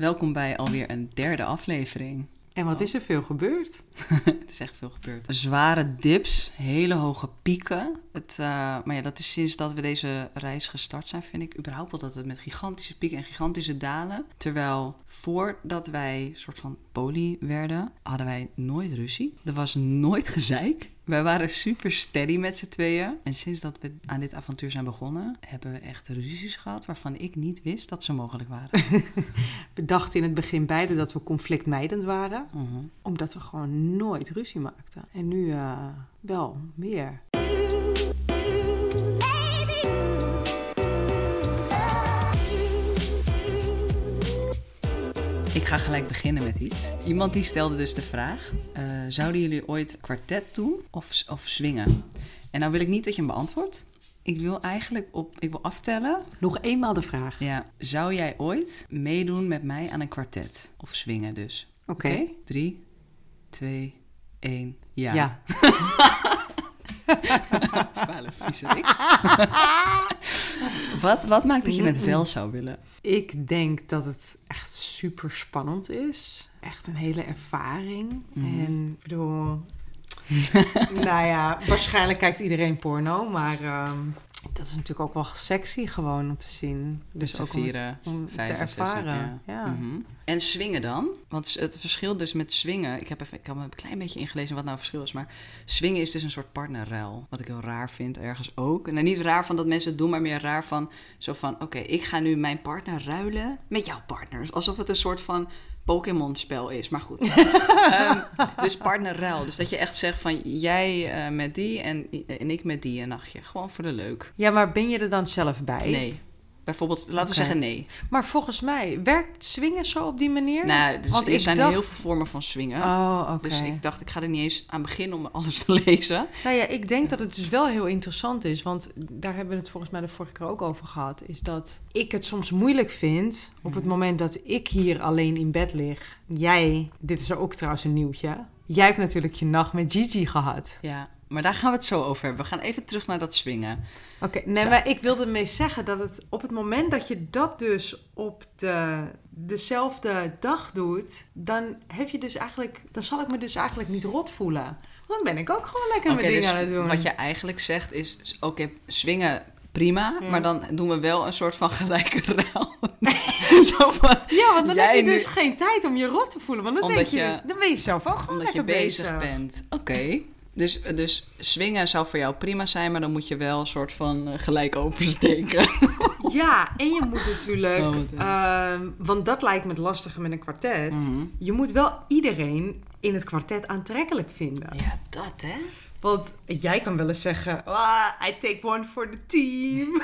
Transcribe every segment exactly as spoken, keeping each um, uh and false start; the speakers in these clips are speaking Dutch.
Welkom bij alweer een derde aflevering. En wat oh. is er veel gebeurd? Het is echt veel gebeurd. Zware dips, hele hoge pieken. Het, uh, maar ja, dat is sinds dat we deze reis gestart zijn, vind ik überhaupt wel dat het met gigantische pieken en gigantische dalen. Terwijl voordat wij soort van poly werden, hadden wij nooit ruzie. Er was nooit gezeik. Wij waren super steady met z'n tweeën. En sinds dat we aan dit avontuur zijn begonnen, hebben we echt ruzies gehad waarvan ik niet wist dat ze mogelijk waren. We dachten in het begin beide dat we conflictmijdend waren. Uh-huh. Omdat we gewoon nooit ruzie maakten. En nu uh, wel meer. Ik ga gelijk beginnen met iets. Iemand die stelde dus de vraag, uh, zouden jullie ooit kwartet doen of, of swingen? En nou wil ik niet dat je hem beantwoordt. Ik wil eigenlijk op, ik wil aftellen. Nog eenmaal de vraag. Ja, zou jij ooit meedoen met mij aan een kwartet? Of swingen dus? Oké. Okay. Okay? Drie, twee, één, ja. Ja. Vuile viezerik. wat, wat maakt dat je het wel zou willen? Ik denk dat het echt super spannend is. Echt een hele ervaring. Mm. En ik bedoel... nou ja, waarschijnlijk kijkt iedereen porno, maar um, dat is natuurlijk ook wel sexy gewoon om te zien. Dus ook vieren, om, om vijf, te ervaren. Zes, ja. Ja. Mm-hmm. En swingen dan? Want het verschil dus met swingen... Ik heb, even, ik heb me een klein beetje ingelezen wat nou het verschil is. Maar swingen is dus een soort partnerruil. Wat ik heel raar vind ergens ook. En niet raar van dat mensen het doen, maar meer raar van... Zo van, oké, okay, ik ga nu mijn partner ruilen met jouw partners. Alsof het een soort van... Pokémon-spel is, maar goed. um, dus partnerruil. Dus dat je echt zegt van jij uh, met die en, en ik met die een nachtje. Gewoon voor de leuk. Ja, maar ben je er dan zelf bij? Nee. Bijvoorbeeld, laten okay. we zeggen nee. Maar volgens mij, werkt swingen zo op die manier? Nou, dus Want er zijn dacht... heel veel vormen van swingen. Oh, oké. Okay. Dus ik dacht, ik ga er niet eens aan beginnen om alles te lezen. Nou ja, ik denk dat het dus wel heel interessant is. Want daar hebben we het volgens mij de vorige keer ook over gehad. Is dat ik het soms moeilijk vind op het moment dat ik hier alleen in bed lig. Jij, dit is ook trouwens een nieuwtje. Jij hebt natuurlijk je nacht met Gigi gehad. Ja. Maar daar gaan we het zo over hebben. We gaan even terug naar dat swingen. Oké, okay, nee, maar ik wilde ermee zeggen dat het op het moment dat je dat dus op de, dezelfde dag doet, dan heb je dus eigenlijk, dan zal ik me dus eigenlijk niet rot voelen. Want dan ben ik ook gewoon lekker okay, mijn dingen dus aan het doen. Wat je eigenlijk zegt is, oké, okay, swingen prima, ja. Maar dan doen we wel een soort van gelijke ruil. Zo van, ja, want dan heb je dus nu... geen tijd om je rot te voelen. Want dan, denk je, je, dan ben je zelf ook gewoon omdat lekker je bezig, bezig bent. Oké. Okay. Dus, dus swingen zou voor jou prima zijn, maar dan moet je wel een soort van uh, gelijk oversteken. Ja, en je moet natuurlijk... Oh, uh, want dat lijkt me het lastige met een kwartet. Mm-hmm. Je moet wel iedereen in het kwartet aantrekkelijk vinden. Ja, dat hè? Want jij kan wel eens zeggen... Ah, I take one for the team.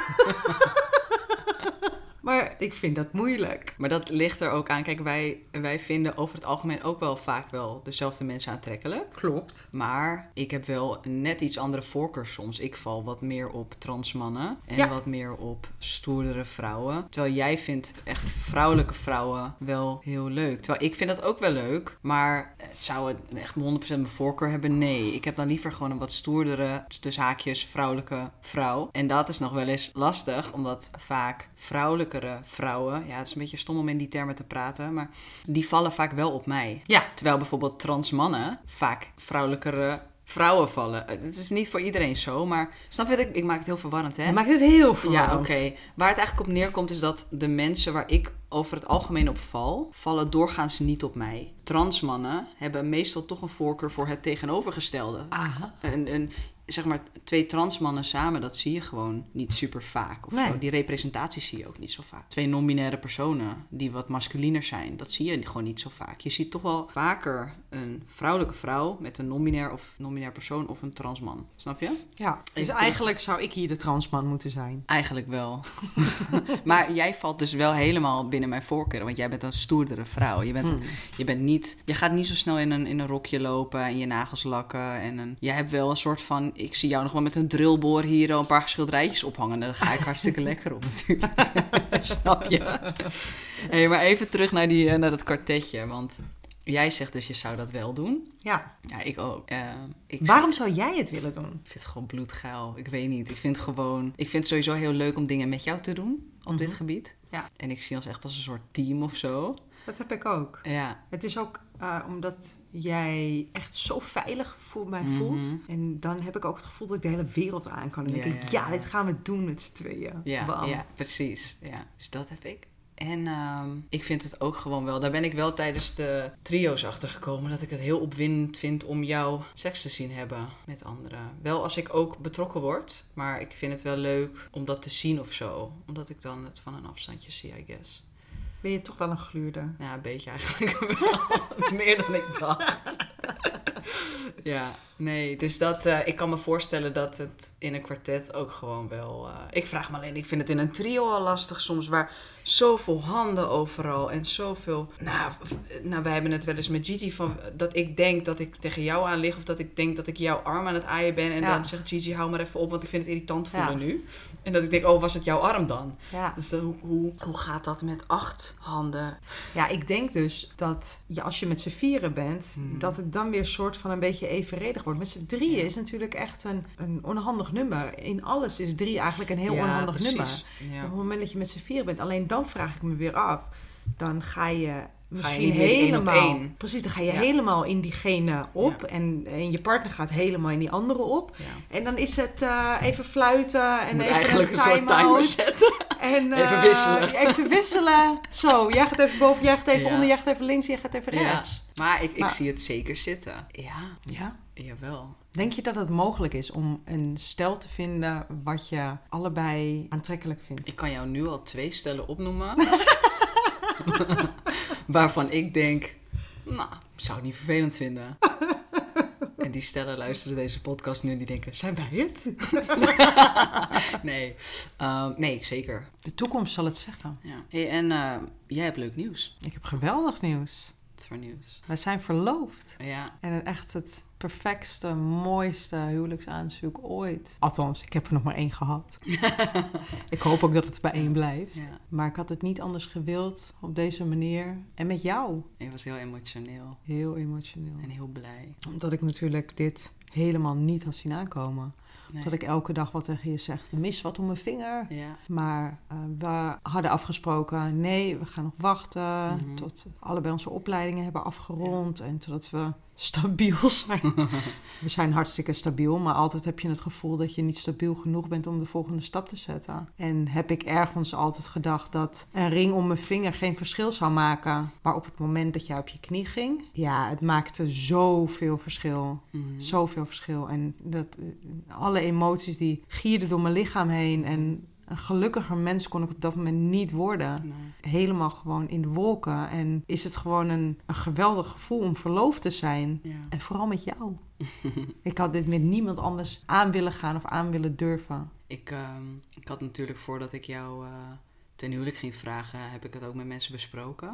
Maar ik vind dat moeilijk. Maar dat ligt er ook aan. Kijk, wij, wij vinden over het algemeen ook wel vaak wel dezelfde mensen aantrekkelijk. Klopt. Maar ik heb wel net iets andere voorkeur soms. Ik val wat meer op transmannen. En ja. wat meer op stoerdere vrouwen. Terwijl jij vindt echt vrouwelijke vrouwen wel heel leuk. Terwijl ik vind dat ook wel leuk. Maar zou het echt honderd procent mijn voorkeur hebben? Nee. Ik heb dan liever gewoon een wat stoerdere, tussen haakjes, vrouwelijke vrouw. En dat is nog wel eens lastig. Omdat vaak vrouwelijke vrouwen, ja, het is een beetje stom om in die termen te praten, maar die vallen vaak wel op mij. Ja. Terwijl bijvoorbeeld trans mannen vaak vrouwelijkere vrouwen vallen. Het is niet voor iedereen zo, maar snap je, ik, ik maak het heel verwarrend, hè? Je maakt het heel verwarrend. Ja, oké. Okay. Waar het eigenlijk op neerkomt is dat de mensen waar ik over het algemeen op val, vallen doorgaans niet op mij. Transmannen hebben meestal toch een voorkeur voor het tegenovergestelde. Aha. Een, een, zeg maar, twee transmannen samen, dat zie je gewoon niet super vaak. Of nee. zo. Die representatie zie je ook niet zo vaak. Twee non-binaire personen die wat masculiner zijn, dat zie je gewoon niet zo vaak. Je ziet toch wel vaker een vrouwelijke vrouw met een non-binair of non-binair persoon of een transman. Snap je? Ja, dus Even eigenlijk terug. Zou ik hier de transman moeten zijn. Eigenlijk wel. Maar jij valt dus wel helemaal binnen mijn voorkeur, want jij bent een stoerdere vrouw. Je bent, hmm. je bent niet, je gaat niet zo snel in een, in een rokje lopen en je nagels lakken. En een, jij hebt wel een soort van, ik zie jou nog wel met een drillboor hier een paar schilderijtjes ophangen. Daar ga ik hartstikke lekker op natuurlijk. Snap je? Hey, maar even terug naar, die, naar dat kwartetje, want jij zegt dus je zou dat wel doen. Ja. Ja, ik ook. Uh, ik Waarom zou jij het willen doen? Ik vind het gewoon bloedgeil. Ik weet niet. Ik vind het gewoon, ik vind het sowieso heel leuk om dingen met jou te doen op mm-hmm. dit gebied. Ja. En ik zie ons echt als een soort team of zo. Dat heb ik ook. Ja. Het is ook uh, omdat jij echt zo veilig voor mij Mm-hmm. voelt. En dan heb ik ook het gevoel dat ik de hele wereld aan kan. En Ja, denk ik, ja, ja, ja. dit gaan we doen met z'n tweeën. Ja, Bam. ja, precies. Ja. Dus dat heb ik. En um, ik vind het ook gewoon wel... Daar ben ik wel tijdens de trio's achter gekomen... dat ik het heel opwindend vind om jou seks te zien hebben met anderen. Wel als ik ook betrokken word. Maar ik vind het wel leuk om dat te zien of zo. Omdat ik dan het van een afstandje zie, I guess. Ben je toch wel een gluurder? Ja, een beetje eigenlijk wel. Meer dan ik dacht. Ja, nee. Dus dat, uh, ik kan me voorstellen dat het in een kwartet ook gewoon wel... Uh, ik vraag me alleen, ik vind het in een trio al lastig soms... waar zoveel handen overal en zoveel... Nou, nou, wij hebben het wel eens met Gigi van... dat ik denk dat ik tegen jou aan lig... of dat ik denk dat ik jouw arm aan het aaien ben... en ja. dan zegt Gigi, hou maar even op... want ik vind het irritant voelen ja. nu. En dat ik denk, oh, was het jouw arm dan? Ja. Dus dat, hoe, hoe, hoe gaat dat met acht handen? Ja, ik denk dus dat ja, als je met z'n vieren bent... Hmm. dat het dan weer een soort van een beetje evenredig wordt. Met z'n drieën ja. is natuurlijk echt een, een onhandig nummer. In alles is drie eigenlijk een heel ja, onhandig precies. nummer. Ja. Op het moment dat je met z'n vieren bent... alleen dan vraag ik me weer af. Dan ga je misschien ga je helemaal... één op één. Precies, dan ga je ja. helemaal in diegene op. Ja. En, en je partner gaat helemaal in die andere op. Ja. En dan is het uh, even fluiten en moet even eigenlijk een, een soort timer zetten. En, uh, even wisselen. Even wisselen. Zo, jij gaat even boven, jij gaat even ja. onder, jij gaat even links, jij gaat even rechts. Ja. Maar ik, ik maar, zie het zeker zitten. Ja. Ja? Jawel. Denk je dat het mogelijk is om een stel te vinden wat je allebei aantrekkelijk vindt? Ik kan jou nu al twee stellen opnoemen. Waarvan ik denk, nou, zou het niet vervelend vinden. En die stellen luisteren deze podcast nu en die denken, zijn wij het? nee. Um, nee, zeker. De toekomst zal het zeggen. Ja. Hey, en uh, jij hebt leuk nieuws. Ik heb geweldig nieuws. Wat voor nieuws? Wij zijn verloofd. Ja. En echt het perfectste, mooiste huwelijksaanzoek ooit. Althans, ik heb er nog maar één gehad. Ik hoop ook dat het bij één blijft. Ja. Maar ik had het niet anders gewild op deze manier. En met jou. Je was heel emotioneel. Heel emotioneel. En heel blij. Omdat ik natuurlijk dit helemaal niet had zien aankomen. Nee. Dat ik elke dag wat tegen je zeg, er mist wat om mijn vinger. Ja. Maar uh, we hadden afgesproken, nee, we gaan nog wachten mm-hmm. tot allebei onze opleidingen hebben afgerond. Ja. En totdat we stabiel zijn. We zijn hartstikke stabiel, maar altijd heb je het gevoel dat je niet stabiel genoeg bent om de volgende stap te zetten. En heb ik ergens altijd gedacht dat een ring om mijn vinger geen verschil zou maken. Maar op het moment dat jij op je knie ging, ja, het maakte zoveel verschil. Mm-hmm. Zoveel verschil. En dat, alle emoties die gierden door mijn lichaam heen en een gelukkiger mens kon ik op dat moment niet worden. Nee. Helemaal gewoon in de wolken. En is het gewoon een, een geweldig gevoel om verloofd te zijn. Ja. En vooral met jou. Ik had dit met niemand anders aan willen gaan of aan willen durven. Ik, uh, ik had natuurlijk voordat ik jou uh, ten huwelijk ging vragen, heb ik het ook met mensen besproken.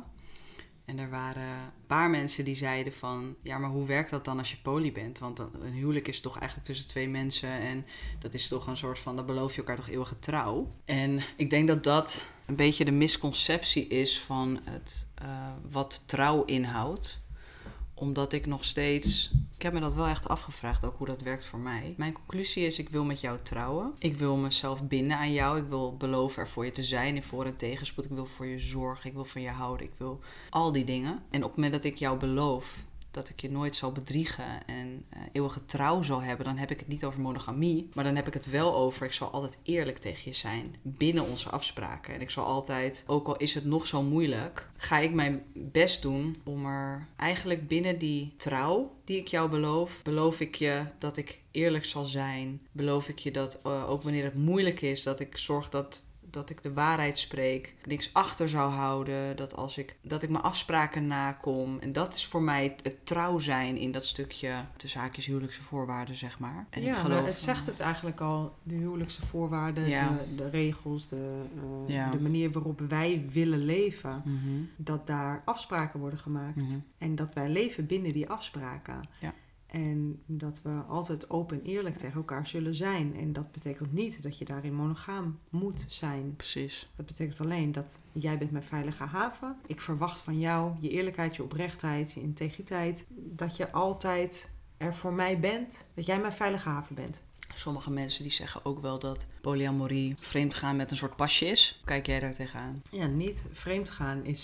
En er waren een paar mensen die zeiden van... ja, maar hoe werkt dat dan als je poly bent? Want een huwelijk is toch eigenlijk tussen twee mensen... en dat is toch een soort van... dan beloof je elkaar toch eeuwige trouw. En ik denk dat dat een beetje de misconceptie is... van het, uh, wat trouw inhoudt. Omdat ik nog steeds... Ik heb me dat wel echt afgevraagd, ook hoe dat werkt voor mij. Mijn conclusie is, ik wil met jou trouwen. Ik wil mezelf binden aan jou. Ik wil beloven er voor je te zijn, voor en tegenspoed. Ik wil voor je zorgen, ik wil van je houden. Ik wil al die dingen. En op het moment dat ik jou beloof dat ik je nooit zal bedriegen en uh, eeuwige trouw zal hebben... dan heb ik het niet over monogamie, maar dan heb ik het wel over... ik zal altijd eerlijk tegen je zijn binnen onze afspraken. En ik zal altijd, ook al is het nog zo moeilijk... ga ik mijn best doen om er eigenlijk binnen die trouw die ik jou beloof... beloof ik je dat ik eerlijk zal zijn. Beloof ik je dat uh, ook wanneer het moeilijk is... dat ik zorg dat... dat ik de waarheid spreek, niks achter zou houden, dat als ik dat ik mijn afspraken nakom. En dat is voor mij het, het trouw zijn in dat stukje tussen haakjes huwelijkse voorwaarden, zeg maar. En ja, ik geloof, maar het zegt het eigenlijk al, de huwelijkse voorwaarden, ja. de, de regels, de, uh, ja. de manier waarop wij willen leven, mm-hmm. dat daar afspraken worden gemaakt. Mm-hmm. En dat wij leven binnen die afspraken. Ja. En dat we altijd open en eerlijk tegen elkaar zullen zijn. En dat betekent niet dat je daarin monogaam moet zijn. Precies. Dat betekent alleen dat jij bent mijn veilige haven. Ik verwacht van jou je eerlijkheid, je oprechtheid, je integriteit. Dat je altijd er voor mij bent. Dat jij mijn veilige haven bent. Sommige mensen die zeggen ook wel dat polyamorie vreemdgaan met een soort pasje is. Kijk jij daar tegenaan? Ja, niet vreemdgaan is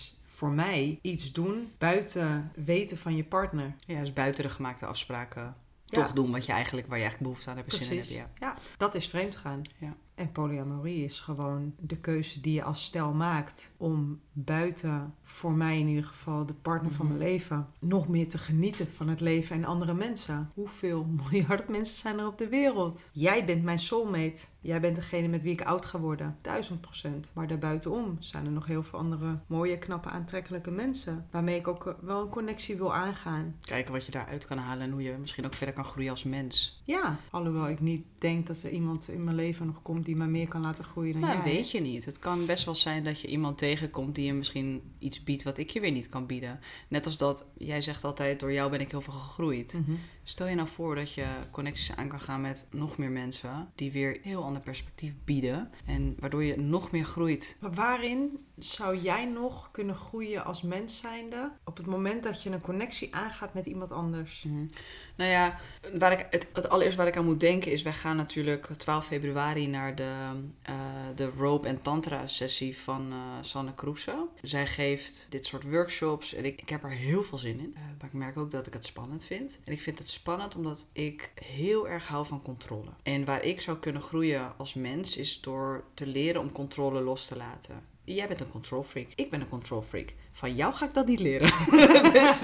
voor mij iets doen buiten weten van je partner. Ja, dus buiten de gemaakte afspraken Ja. toch doen wat je eigenlijk, waar je eigenlijk behoefte aan hebt, zin in hebt. Ja. Ja, dat is vreemdgaan. Ja. En polyamorie is gewoon de keuze die je als stel maakt om buiten, voor mij in ieder geval, de partner mm-hmm. van mijn leven, nog meer te genieten van het leven en andere mensen. Hoeveel miljard mensen zijn er op de wereld? Jij bent mijn soulmate. Jij bent degene met wie ik oud ga worden. Duizend procent. Maar daarbuitenom zijn er nog heel veel andere mooie, knappe, aantrekkelijke mensen. Waarmee ik ook wel een connectie wil aangaan. Kijken wat je daaruit kan halen en hoe je misschien ook verder kan groeien als mens. Ja, alhoewel ik niet denk dat er iemand in mijn leven nog komt die mij meer kan laten groeien dan nou, jij. Weet je niet. Het kan best wel zijn dat je iemand tegenkomt die je misschien iets biedt wat ik je weer niet kan bieden. Net als dat, jij zegt altijd, door jou ben ik heel veel gegroeid. Mm-hmm. Stel je nou voor dat je connecties aan kan gaan met nog meer mensen die weer een heel ander perspectief bieden. En waardoor je nog meer groeit. Maar waarin zou jij nog kunnen groeien als mens zijnde op het moment dat je een connectie aangaat met iemand anders? Mm. Nou ja, waar ik, het, het allereerst waar ik aan moet denken is, wij gaan natuurlijk twaalf februari naar de, uh, de Rope en Tantra sessie van uh, Sanne Kroese. Zij geeft dit soort workshops en ik, ik heb er heel veel zin in. Uh, maar ik merk ook dat ik het spannend vind. En ik vind het spannend omdat ik heel erg hou van controle. En waar ik zou kunnen groeien als mens is door te leren om controle los te laten. Jij bent een control freak. Ik ben een control freak. Van jou ga ik dat niet leren. dus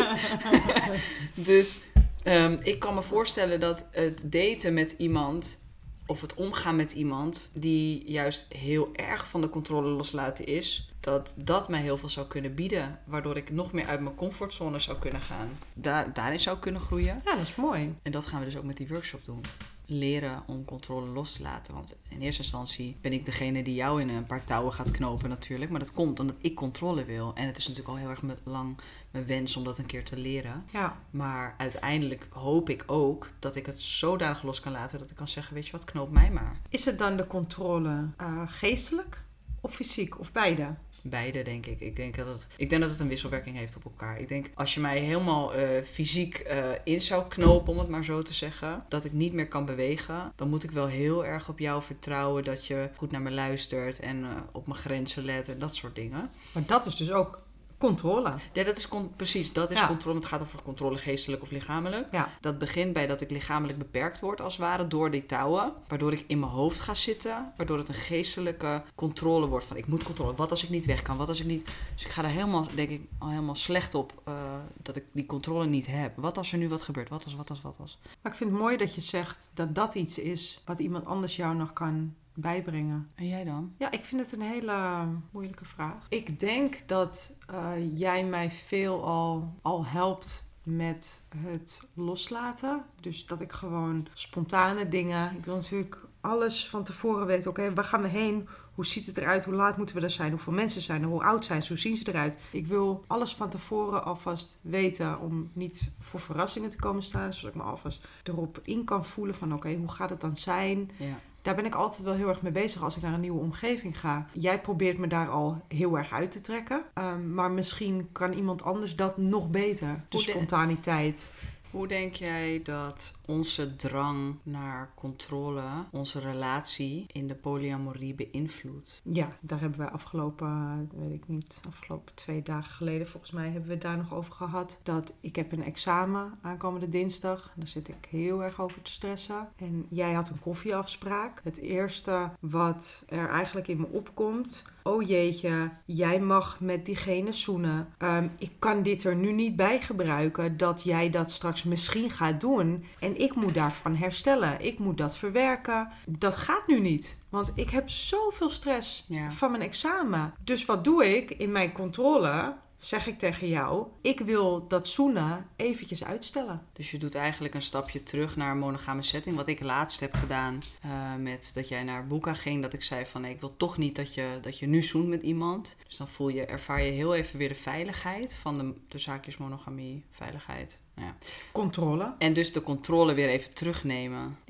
dus um, ik kan me voorstellen dat het daten met iemand of het omgaan met iemand die juist heel erg van de controle loslaten is, dat dat mij heel veel zou kunnen bieden. Waardoor ik nog meer uit mijn comfortzone zou kunnen gaan. Daar, daarin zou kunnen groeien. Ja, dat is mooi. En dat gaan we dus ook met die workshop doen. Leren om controle los te laten. Want in eerste instantie ben ik degene die jou in een paar touwen gaat knopen natuurlijk. Maar dat komt omdat ik controle wil. En het is natuurlijk al heel erg lang mijn wens om dat een keer te leren. Ja. Maar uiteindelijk hoop ik ook dat ik het zodanig los kan laten dat ik kan zeggen, weet je wat, knoop mij maar. Is het dan de controle uh, geestelijk of fysiek of beide? Beide, denk ik. Ik denk dat het, ik denk dat het een wisselwerking heeft op elkaar. Ik denk, als je mij helemaal uh, fysiek uh, in zou knopen, om het maar zo te zeggen, dat ik niet meer kan bewegen, dan moet ik wel heel erg op jou vertrouwen dat je goed naar me luistert en uh, op mijn grenzen let en dat soort dingen. Maar dat is dus ook controle. Ja, dat is con- precies. Dat is ja. controle. Het gaat over controle geestelijk of lichamelijk. Ja. Dat begint bij dat ik lichamelijk beperkt word als het ware door die touwen. Waardoor ik in mijn hoofd ga zitten. Waardoor het een geestelijke controle wordt van ik moet controle. Wat als ik niet weg kan? Wat als ik niet... Dus ik ga daar helemaal, denk ik, al helemaal slecht op uh, dat ik die controle niet heb. Wat als er nu wat gebeurt? Wat als, wat als, wat als? Maar ik vind het mooi dat je zegt dat dat iets is wat iemand anders jou nog kan bijbrengen. En jij dan? Ja, ik vind het een hele moeilijke vraag. Ik denk dat uh, jij mij veel al, al helpt met het loslaten. Dus dat ik gewoon spontane dingen... Ik wil natuurlijk alles van tevoren weten. Oké, okay, waar gaan we heen? Hoe ziet het eruit? Hoe laat moeten we er zijn? Hoeveel mensen zijn er? Hoe oud zijn ze? Hoe zien ze eruit? Ik wil alles van tevoren alvast weten om niet voor verrassingen te komen staan. Zodat ik me alvast erop in kan voelen van oké, okay, hoe gaat het dan zijn? Ja. Daar ben ik altijd wel heel erg mee bezig als ik naar een nieuwe omgeving ga. Jij probeert me daar al heel erg uit te trekken. Um, maar misschien kan iemand anders dat nog beter. De spontaniteit. Hoe denk jij dat onze drang naar controle onze relatie in de polyamorie beïnvloedt? Ja, daar hebben we afgelopen, weet ik niet, afgelopen twee dagen geleden volgens mij hebben we het daar nog over gehad. Dat ik heb een examen aankomende dinsdag. Daar zit ik heel erg over te stressen. En jij had een koffieafspraak. Het eerste wat er eigenlijk in me opkomt... Oh jeetje, jij mag met diegene zoenen. Um, ik kan dit er nu niet bij gebruiken dat jij dat straks misschien gaat doen. En ik moet daarvan herstellen. Ik moet dat verwerken. Dat gaat nu niet. Want ik heb zoveel stress ja. van mijn examen. Dus wat doe ik in mijn controle? Zeg ik tegen jou, ik wil dat zoenen eventjes uitstellen. Dus je doet eigenlijk een stapje terug naar een monogame setting. Wat ik laatst heb gedaan uh, met dat jij naar Boeka ging. Dat ik zei van nee, ik wil toch niet dat je, dat je nu zoent met iemand. Dus dan voel je, ervaar je heel even weer de veiligheid van de, de zaakjes monogamie, veiligheid. Nou ja. Controle. En dus de controle weer even terugnemen. Ja. Ja.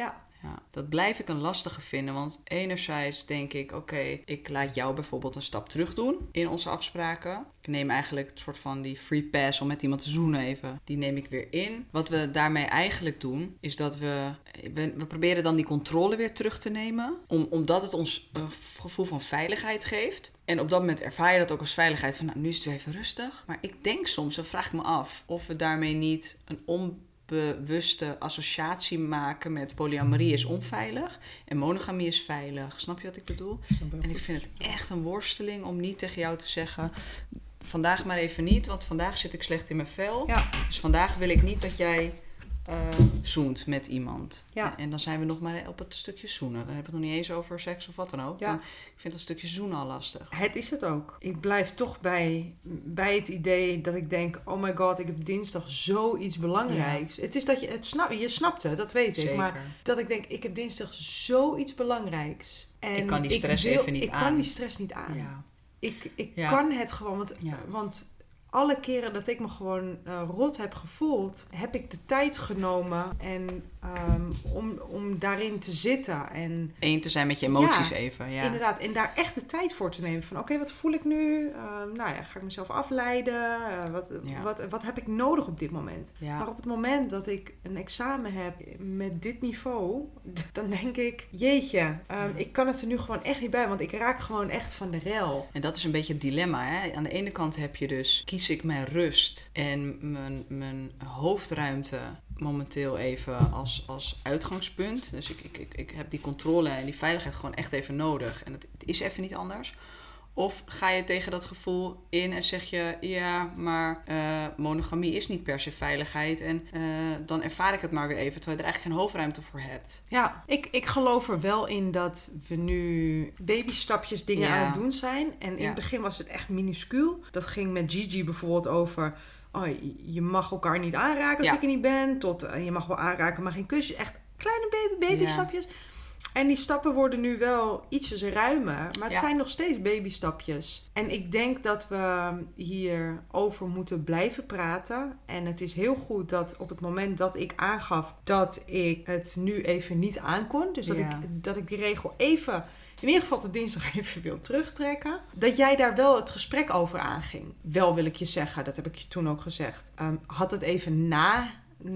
Ja, dat blijf ik een lastige vinden. Want enerzijds denk ik, oké, okay, ik laat jou bijvoorbeeld een stap terug doen in onze afspraken. Ik neem eigenlijk het soort van die free pass om met iemand te zoenen even. Die neem ik weer in. Wat we daarmee eigenlijk doen, is dat we... We, we proberen dan die controle weer terug te nemen. Om, omdat het ons een gevoel van veiligheid geeft. En op dat moment ervaar je dat ook als veiligheid. Van nou, nu is het weer even rustig. Maar ik denk soms, dan vraag ik me af, of we daarmee niet een onbewuste associatie maken met polyamorie is onveilig. En monogamie is veilig. Snap je wat ik bedoel? En ik vind het echt een worsteling om niet tegen jou te zeggen... Vandaag maar even niet, want vandaag zit ik slecht in mijn vel. Ja. Dus vandaag wil ik niet dat jij uh, zoent met iemand. Ja. En, en dan zijn we nog maar op het stukje zoenen. Dan hebben we het nog niet eens over seks of wat dan ook. Ja. Dan, ik vind dat stukje zoenen al lastig. Het is het ook. Ik blijf toch bij, bij het idee dat ik denk... oh my god, ik heb dinsdag zoiets belangrijks. Ja. Het is dat je het snap, je snapt het, dat weet Zeker. ik. Maar dat ik denk, ik heb dinsdag zoiets belangrijks. En ik kan die stress ik wil, even niet ik aan. Ik kan die stress niet aan. Ja. Ik, ik ja. kan het gewoon, want, ja. want alle keren dat ik me gewoon uh, rot heb gevoeld, heb ik de tijd genomen en, um, om, om daarin te zitten. En Eén te zijn met je emoties ja, even. Ja, inderdaad. En daar echt de tijd voor te nemen. Van oké, okay, wat voel ik nu? Uh, nou ja, ga ik mezelf afleiden? Uh, wat, ja. wat, wat heb ik nodig op dit moment? Ja. Maar op het moment dat ik een examen heb met dit niveau, dan denk ik, jeetje, um, ja. ik kan het er nu gewoon echt niet bij, want ik raak gewoon echt van de rel. En dat is een beetje het dilemma. Hè? Aan de ene kant heb je dus, kies ik mijn rust en mijn, mijn hoofdruimte momenteel even als, als uitgangspunt. Dus ik, ik, ik, ik heb die controle en die veiligheid gewoon echt even nodig. En het, het is even niet anders. Of ga je tegen dat gevoel in en zeg je... ja, maar uh, monogamie is niet per se veiligheid. En uh, dan ervaar ik het maar weer even... terwijl je er eigenlijk geen hoofdruimte voor hebt. Ja, ik, ik geloof er wel in dat we nu babystapjes dingen ja. aan het doen zijn. En in ja. het begin was het echt minuscuul. Dat ging met Gigi bijvoorbeeld over... oh, je mag elkaar niet aanraken als ja. ik er niet ben. Tot uh, je mag wel aanraken, maar geen kusjes. Echt kleine baby, babystapjes. Ja. En die stappen worden nu wel ietsjes ruimer. Maar het ja. zijn nog steeds babystapjes. En ik denk dat we hierover moeten blijven praten. En het is heel goed dat op het moment dat ik aangaf dat ik het nu even niet aankon. Dus dat, ja. ik, dat ik die regel even... in ieder geval de dinsdag even wil terugtrekken. Dat jij daar wel het gesprek over aanging. Wel wil ik je zeggen, dat heb ik je toen ook gezegd. Um, had het even na...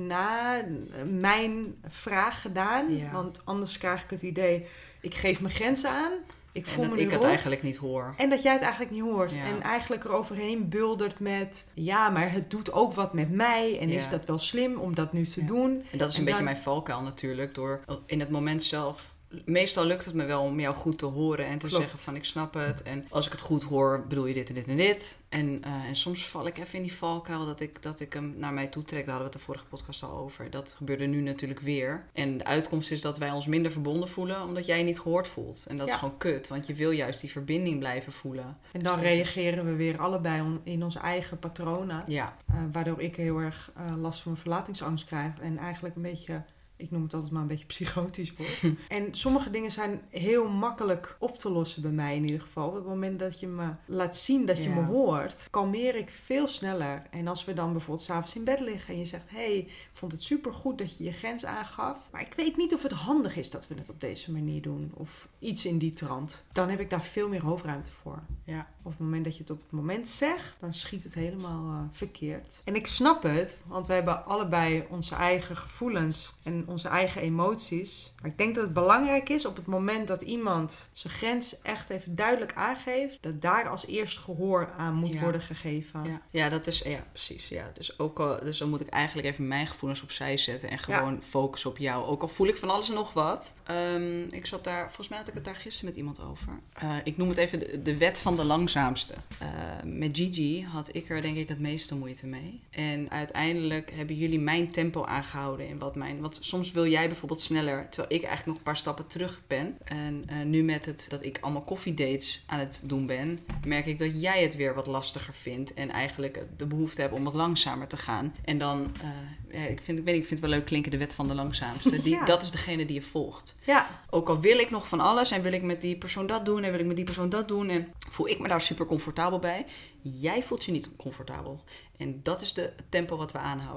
na mijn vraag gedaan. Ja. Want anders krijg ik het idee... ik geef mijn grenzen aan. Ik voel en dat me ik rot, het eigenlijk niet hoor. En dat jij het eigenlijk niet hoort. Ja. En eigenlijk eroverheen buldert met... ja, maar het doet ook wat met mij. En ja. is dat wel slim om dat nu te ja. doen? En dat is en een dan... beetje mijn valkuil natuurlijk. Door in het moment zelf... Meestal lukt het me wel om jou goed te horen en te Klopt. zeggen van ik snap het. En als ik het goed hoor, bedoel je dit en dit en dit. En, uh, en soms val ik even in die valkuil dat ik, dat ik hem naar mij toe trek. Daar hadden we het de vorige podcast al over. Dat gebeurde nu natuurlijk weer. En de uitkomst is dat wij ons minder verbonden voelen omdat jij je niet gehoord voelt. En dat ja. is gewoon kut, want je wil juist die verbinding blijven voelen. En dan dus reageren we weer allebei on, in onze eigen patronen. Ja. Uh, waardoor ik heel erg uh, last van mijn verlatingsangst krijg. En eigenlijk een beetje... ik noem het altijd maar een beetje psychotisch word. En sommige dingen zijn heel makkelijk op te lossen bij mij in ieder geval. Op het moment dat je me laat zien dat je ja. me hoort, kalmeer ik veel sneller. En als we dan bijvoorbeeld 's avonds in bed liggen en je zegt... hey, ik vond het supergoed dat je je grens aangaf. Maar ik weet niet of het handig is dat we het op deze manier doen. Of iets in die trant. Dan heb ik daar veel meer hoofdruimte voor. Ja. Op het moment dat je het op het moment zegt, dan schiet het helemaal uh, verkeerd. En ik snap het, want we hebben allebei onze eigen gevoelens en onze eigen emoties. Maar ik denk dat het belangrijk is op het moment dat iemand zijn grens echt even duidelijk aangeeft, dat daar als eerste gehoor aan moet ja. worden gegeven. Ja. ja, dat is, ja, precies. Ja. Dus, ook al, dus dan moet ik eigenlijk even mijn gevoelens opzij zetten en gewoon ja. focussen op jou. Ook al voel ik van alles en nog wat. Um, ik zat daar, volgens mij had ik het daar gisteren met iemand over. Uh, ik noem het even de, de wet van de langzaamste. Uh, met Gigi had ik er denk ik het meeste moeite mee. En uiteindelijk hebben jullie mijn tempo aangehouden in wat mijn... Want soms wil jij bijvoorbeeld sneller, terwijl ik eigenlijk nog een paar stappen terug ben. En uh, nu met het dat ik allemaal koffiedates aan het doen ben, merk ik dat jij het weer wat lastiger vindt. En eigenlijk de behoefte hebt om wat langzamer te gaan. En dan, uh, ja, ik, vind, ik weet niet, ik vind het wel leuk klinken, de wet van de langzaamste. Die, ja. Dat is degene die je volgt. Ja. Ook al wil ik nog van alles en wil ik met die persoon dat doen en wil ik met die persoon dat doen en voel ik me daar super comfortabel bij. Jij voelt je niet comfortabel. En dat is de, het tempo wat we aanhouden.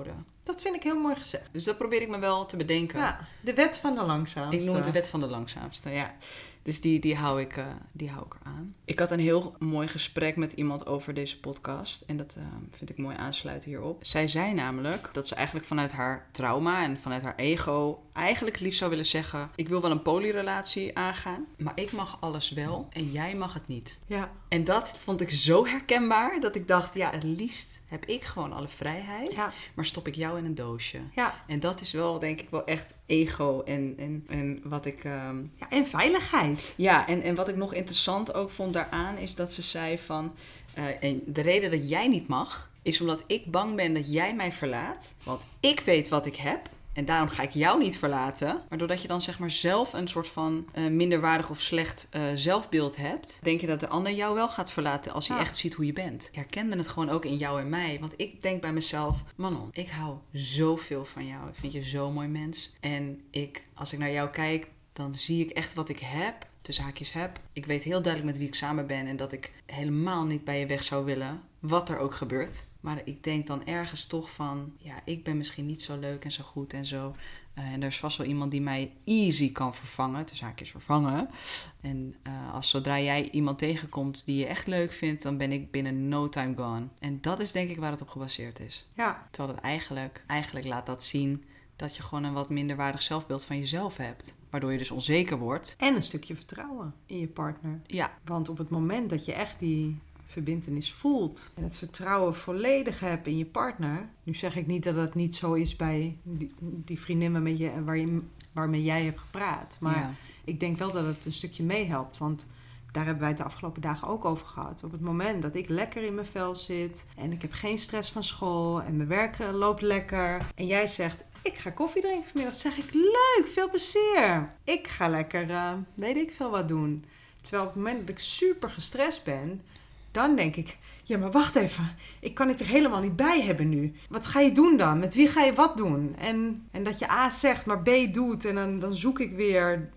Dat vind ik heel mooi gezegd. Dus dat probeer ik me wel te bedenken. Ja, de wet van de langzaamste. Ik noem het de wet van de langzaamste, ja. Dus die, die, hou ik, uh, die hou ik eraan. Ik had een heel mooi gesprek met iemand over deze podcast. En dat uh, vind ik mooi aansluiten hierop. Zij zei namelijk dat ze eigenlijk vanuit haar trauma en vanuit haar ego eigenlijk het liefst zou willen zeggen: ik wil wel een polyrelatie aangaan, maar ik mag alles wel en jij mag het niet. Ja. En dat vond ik zo herkenbaar dat ik dacht, ja, het liefst heb ik gewoon alle vrijheid, ja. maar stop ik jou in een doosje. Ja. En dat is wel, denk ik, wel echt ego en, en, en wat ik... Um... Ja, en veiligheid. Ja, en, en wat ik nog interessant ook vond daaraan is dat ze zei van... Uh, en de reden dat jij niet mag, is omdat ik bang ben dat jij mij verlaat. Want ik weet wat ik heb. En daarom ga ik jou niet verlaten. Maar doordat je dan zeg maar zelf een soort van uh, minderwaardig of slecht uh, zelfbeeld hebt, denk je dat de ander jou wel gaat verlaten als hij ja. echt ziet hoe je bent. Ik herkende het gewoon ook in jou en mij. Want ik denk bij mezelf, Manon, ik hou zoveel van jou. Ik vind je zo'n mooi mens. En ik, als ik naar jou kijk, dan zie ik echt wat ik heb. Tussen haakjes heb. Ik weet heel duidelijk met wie ik samen ben en dat ik helemaal niet bij je weg zou willen. Wat er ook gebeurt. Maar ik denk dan ergens toch van, ja, ik ben misschien niet zo leuk en zo goed en zo. Uh, en er is vast wel iemand die mij easy kan vervangen. Tussen haakjes vervangen. En uh, als zodra jij iemand tegenkomt die je echt leuk vindt, dan ben ik binnen no time gone. En dat is denk ik waar het op gebaseerd is. Ja. Terwijl het eigenlijk, eigenlijk laat dat zien dat je gewoon een wat minderwaardig zelfbeeld van jezelf hebt. Waardoor je dus onzeker wordt. En een stukje vertrouwen in je partner. Ja. Want op het moment dat je echt die verbintenis voelt en het vertrouwen volledig hebt in je partner. Nu zeg ik niet dat het niet zo is bij die, die vriendinnen met je, waar je, waarmee jij hebt gepraat. Maar ja. ik denk wel dat het een stukje meehelpt. Want daar hebben wij het de afgelopen dagen ook over gehad. Op het moment dat ik lekker in mijn vel zit en ik heb geen stress van school en mijn werk loopt lekker. En jij zegt, ik ga koffie drinken vanmiddag. Zeg ik, leuk, veel plezier. Ik ga lekker, uh, weet ik veel wat doen. Terwijl op het moment dat ik super gestrest ben, dan denk ik, ja, maar wacht even. Ik kan het er helemaal niet bij hebben nu. Wat ga je doen dan? Met wie ga je wat doen? En, en dat je A zegt, maar B doet. En dan, dan zoek ik weer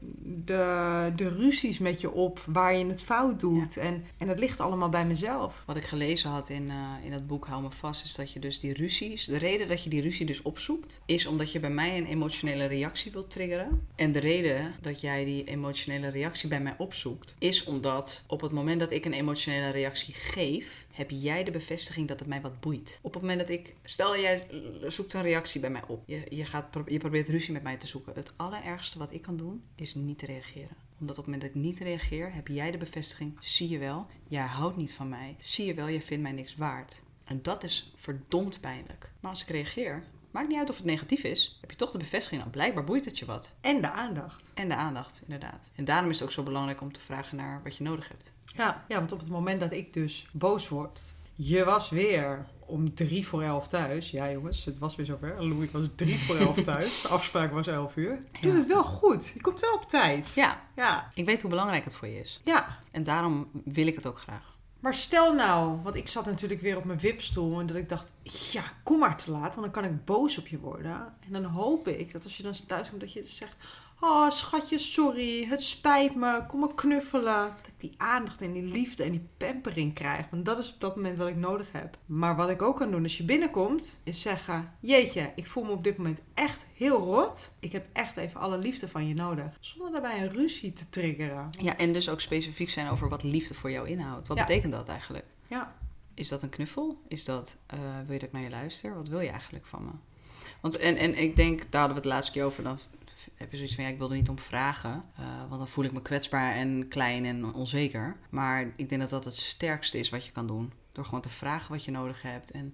de, de ruzies met je op waar je het fout doet. Ja. En, en dat ligt allemaal bij mezelf. Wat ik gelezen had in, uh, in dat boek Hou me vast, is dat je dus die ruzies... De reden dat je die ruzie dus opzoekt, is omdat je bij mij een emotionele reactie wilt triggeren. En de reden dat jij die emotionele reactie bij mij opzoekt, is omdat op het moment dat ik een emotionele reactie geef, heb jij de bevestiging dat het mij wat boeit. Op het moment dat ik... Stel, jij zoekt een reactie bij mij op. Je, je, gaat, je probeert ruzie met mij te zoeken. Het allerergste wat ik kan doen, is niet te reageren. Omdat op het moment dat ik niet reageer, heb jij de bevestiging, zie je wel, jij houdt niet van mij. Zie je wel, jij vindt mij niks waard. En dat is verdomd pijnlijk. Maar als ik reageer, maakt niet uit of het negatief is, heb je toch de bevestiging, nou, blijkbaar boeit het je wat. En de aandacht. En de aandacht, inderdaad. En daarom is het ook zo belangrijk om te vragen naar wat je nodig hebt. Ja, ja, want op het moment dat ik dus boos word, je was weer om drie voor elf thuis. Ja jongens, het was weer zover. Louis was drie voor elf thuis. De afspraak was elf uur. Ja. Doet het wel goed. Je komt wel op tijd. Ja. ja, ik weet hoe belangrijk het voor je is. Ja. En daarom wil ik het ook graag. Maar stel nou, want ik zat natuurlijk weer op mijn wipstoel en dat ik dacht, ja, kom maar te laat, want dan kan ik boos op je worden. En dan hoop ik dat als je dan thuis komt, dat je zegt, oh schatje, sorry, het spijt me, kom maar knuffelen. Dat ik die aandacht en die liefde en die pampering krijg, want dat is op dat moment wat ik nodig heb. Maar wat ik ook kan doen als je binnenkomt, is zeggen, jeetje, ik voel me op dit moment echt heel rot. Ik heb echt even alle liefde van je nodig. Zonder daarbij een ruzie te triggeren. Ja, en dus ook specifiek zijn over wat liefde voor jou inhoudt. Wat ja. betekent dat eigenlijk? Ja. Is dat een knuffel? Is dat, uh, wil je dat ik naar je luister? Wat wil je eigenlijk van me? Want, en, en ik denk, daar hadden we het laatste keer over, dan heb je zoiets van, ja, ik wil er niet om vragen. Uh, want dan voel ik me kwetsbaar en klein en onzeker. Maar ik denk dat dat het sterkste is wat je kan doen. Door gewoon te vragen wat je nodig hebt. En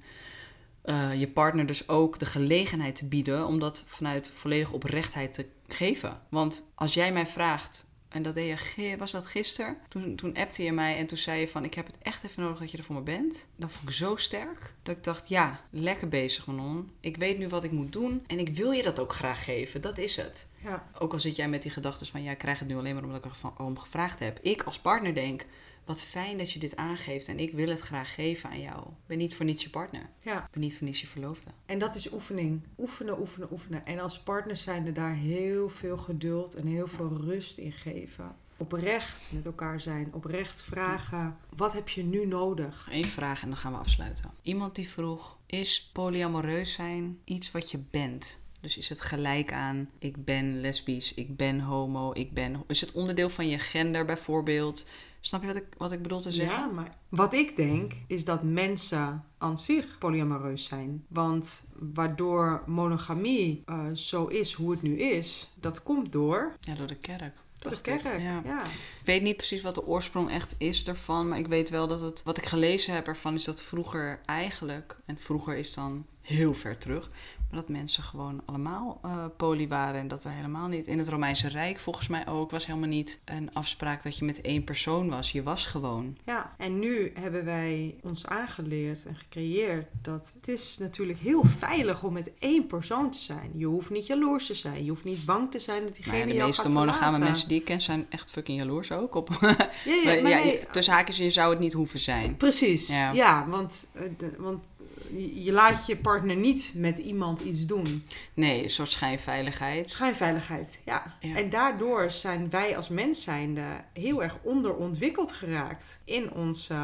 uh, je partner dus ook de gelegenheid te bieden om dat vanuit volledige oprechtheid te geven. Want als jij mij vraagt, en dat deed je, was dat gisteren? Toen, toen appte je mij en toen zei je van, ik heb het echt even nodig dat je er voor me bent. Dat vond ik zo sterk, dat ik dacht, ja, lekker bezig Manon. Ik weet nu wat ik moet doen en ik wil je dat ook graag geven. Dat is het. Ja. Ook al zit jij met die gedachten van, ja, ik krijg het nu alleen maar omdat ik er om gevraagd heb. Ik als partner denk, wat fijn dat je dit aangeeft en ik wil het graag geven aan jou. Ik ben niet voor niets je partner. Ja. Ik ben niet voor niets je verloofde. En dat is oefening. Oefenen, oefenen, oefenen. En als partners zijn er daar heel veel geduld en heel veel rust in geven. oprecht met elkaar zijn. Oprecht vragen, wat heb je nu nodig? Eén vraag en dan gaan we afsluiten. Iemand die vroeg, is polyamoreus zijn iets wat je bent? Dus is het gelijk aan, ik ben lesbisch, ik ben homo, ik ben... Is het onderdeel van je gender bijvoorbeeld? Snap je wat ik, wat ik bedoel te zeggen? Ja, maar wat ik denk is dat mensen aan zich polyamoreus zijn. Want waardoor monogamie uh, zo is hoe het nu is, dat komt door... Ja, door de kerk. Door de kerk, ja. ja. Ik weet niet precies wat de oorsprong echt is ervan, maar ik weet wel dat het... Wat ik gelezen heb ervan is dat vroeger eigenlijk, en vroeger is dan heel ver terug... dat mensen gewoon allemaal uh, poly waren. En dat er helemaal niet... In het Romeinse Rijk volgens mij ook... was helemaal niet een afspraak dat je met één persoon was. Je was gewoon. Ja, en nu hebben wij ons aangeleerd en gecreëerd... dat het is natuurlijk heel veilig om met één persoon te zijn. Je hoeft niet jaloers te zijn. Je hoeft niet bang te zijn dat diegene jou gaat verlaten. De meeste monogame mensen die ik ken zijn echt fucking jaloers ook. Op. Ja, ja, maar ja, nee, tussen haakjes, je zou het niet hoeven zijn. Precies, ja. ja want, uh, de, want je laat je partner niet met iemand iets doen. Nee, een soort schijnveiligheid. Schijnveiligheid, ja. ja. En daardoor zijn wij als mens zijnde heel erg onderontwikkeld geraakt in onze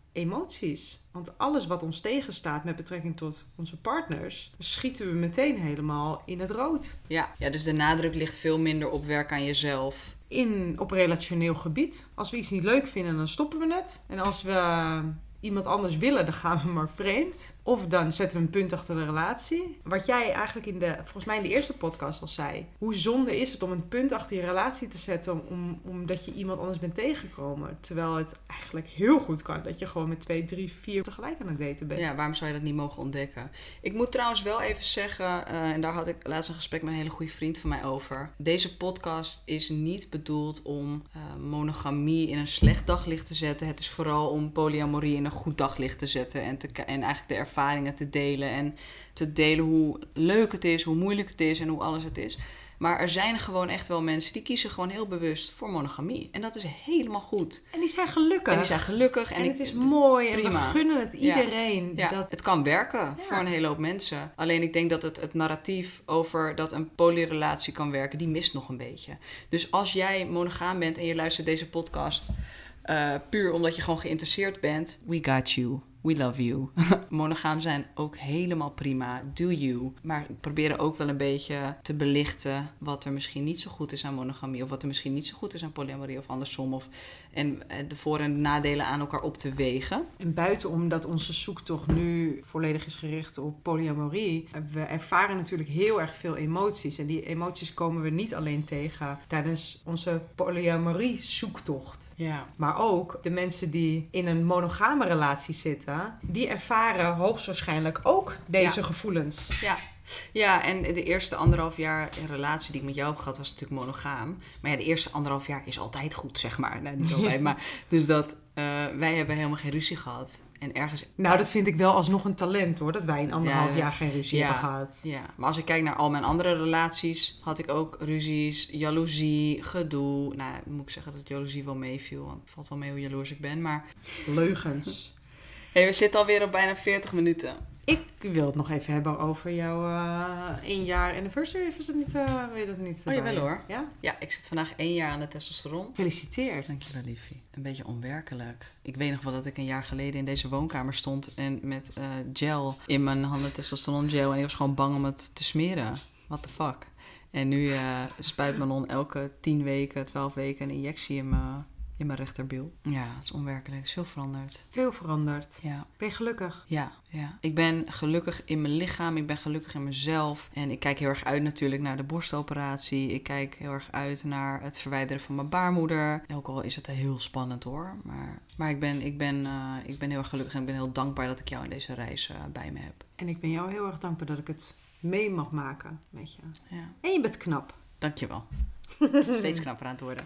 emoties. Want alles wat ons tegenstaat met betrekking tot onze partners, schieten we meteen helemaal in het rood. Ja, ja, dus de nadruk ligt veel minder op werk aan jezelf. In, op relationeel gebied. Als we iets niet leuk vinden, dan stoppen we het. En als we iemand anders willen, dan gaan we maar vreemd. Of dan zetten we een punt achter de relatie. Wat jij eigenlijk in de, volgens mij in de eerste podcast al zei. Hoe zonde is het om een punt achter je relatie te zetten om, omdat je iemand anders bent tegengekomen. Terwijl het eigenlijk heel goed kan. Dat je gewoon met twee, drie, vier tegelijk aan het daten bent. Ja, waarom zou je dat niet mogen ontdekken? Ik moet trouwens wel even zeggen, uh, en daar had ik laatst een gesprek met een hele goede vriend van mij over. Deze podcast is niet bedoeld om uh, monogamie in een slecht daglicht te zetten. Het is vooral om polyamorie in een goed daglicht te zetten. En, te, en eigenlijk de ervaringen te delen. En te delen hoe leuk het is, hoe moeilijk het is en hoe alles het is. Maar er zijn gewoon echt wel mensen die kiezen gewoon heel bewust voor monogamie. En dat is helemaal goed. En die zijn gelukkig. En die zijn gelukkig. En, en ik, het is mooi. Prima. En we gunnen het iedereen. Ja. Ja. Dat... Het kan werken ja. voor een hele hoop mensen. Alleen ik denk dat het, het narratief over dat een polyrelatie kan werken, die mist nog een beetje. Dus als jij monogaam bent en je luistert deze podcast uh, puur omdat je gewoon geïnteresseerd bent, we got you. We love you. Monogaam zijn ook helemaal prima. Do you. Maar proberen ook wel een beetje te belichten wat er misschien niet zo goed is aan monogamie. Of wat er misschien niet zo goed is aan polyamorie of andersom. Of, en de voor- en de nadelen aan elkaar op te wegen. En buiten omdat onze zoektocht nu volledig is gericht op polyamorie. We ervaren natuurlijk heel erg veel emoties. En die emoties komen we niet alleen tegen tijdens onze polyamorie zoektocht. Ja. Maar ook de mensen die in een monogame relatie zitten, die ervaren hoogstwaarschijnlijk ook deze ja. gevoelens. Ja. Ja, en de eerste anderhalf jaar relatie die ik met jou heb gehad was natuurlijk monogaam. Maar ja, de eerste anderhalf jaar is altijd goed, zeg maar. Nee, niet altijd, maar dus dat uh, wij hebben helemaal geen ruzie gehad. En ergens... Nou, dat vind ik wel alsnog een talent hoor, dat wij in anderhalf ja, jaar geen ruzie ja, hebben gehad. Ja, maar als ik kijk naar al mijn andere relaties, had ik ook ruzies, jaloezie, gedoe. Nou, moet ik zeggen dat jaloezie wel meeviel, want het valt wel mee hoe jaloers ik ben, maar... Leugens. Hey, we zitten alweer op bijna veertig minuten. Ik wil het nog even hebben over jouw uh, één jaar anniversary. Of is het niet, uh, weet het niet? Oh, jawel hoor. Ja? Ja, ik zit vandaag één jaar aan de testosteron. Gefeliciteerd. Dankjewel, liefie. Een beetje onwerkelijk. Ik weet nog wel dat ik een jaar geleden in deze woonkamer stond en met uh, gel in mijn handen, testosteron gel. En ik was gewoon bang om het te smeren. What the fuck? En nu uh, spuit Manon elke tien weken, twaalf weken een injectie in mijn... in mijn rechterbil. Ja, het is onwerkelijk. Het is veel veranderd. Veel veranderd. Ja. Ben je gelukkig? Ja, ja. Ik ben gelukkig in mijn lichaam. Ik ben gelukkig in mezelf. En ik kijk heel erg uit natuurlijk naar de borstoperatie. Ik kijk heel erg uit naar het verwijderen van mijn baarmoeder. Ook al is het heel spannend hoor. Maar, maar ik, ben, ik, ben, uh, ik ben heel erg gelukkig en ik ben heel dankbaar dat ik jou in deze reis uh, bij me heb. En ik ben jou heel erg dankbaar dat ik het mee mag maken met je. Ja. En je bent knap. Dankjewel. Steeds knapper aan het worden.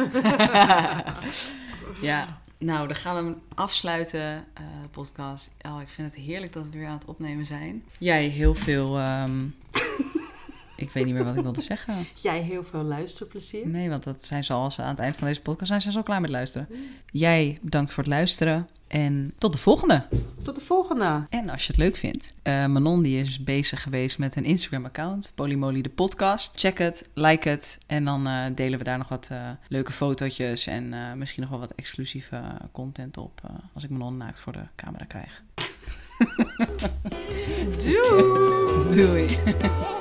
Ja, nou, dan gaan we hem afsluiten, uh, de podcast. Oh, ik vind het heerlijk dat we weer aan het opnemen zijn. Jij heel veel... Um... Ik weet niet meer wat ik wilde zeggen. Jij heel veel luisterplezier. Nee, want dat zijn ze al aan het eind van deze podcast zijn ze zo klaar met luisteren. Jij bedankt voor het luisteren. En tot de volgende. Tot de volgende. En als je het leuk vindt. Uh, Manon die is bezig geweest met een Instagram-account. Polymoly de podcast. Check het, like het. En dan uh, delen we daar nog wat uh, leuke fotootjes. En uh, misschien nog wel wat exclusieve content op. Uh, als ik Manon naakt voor de camera krijg. Doei. Doei.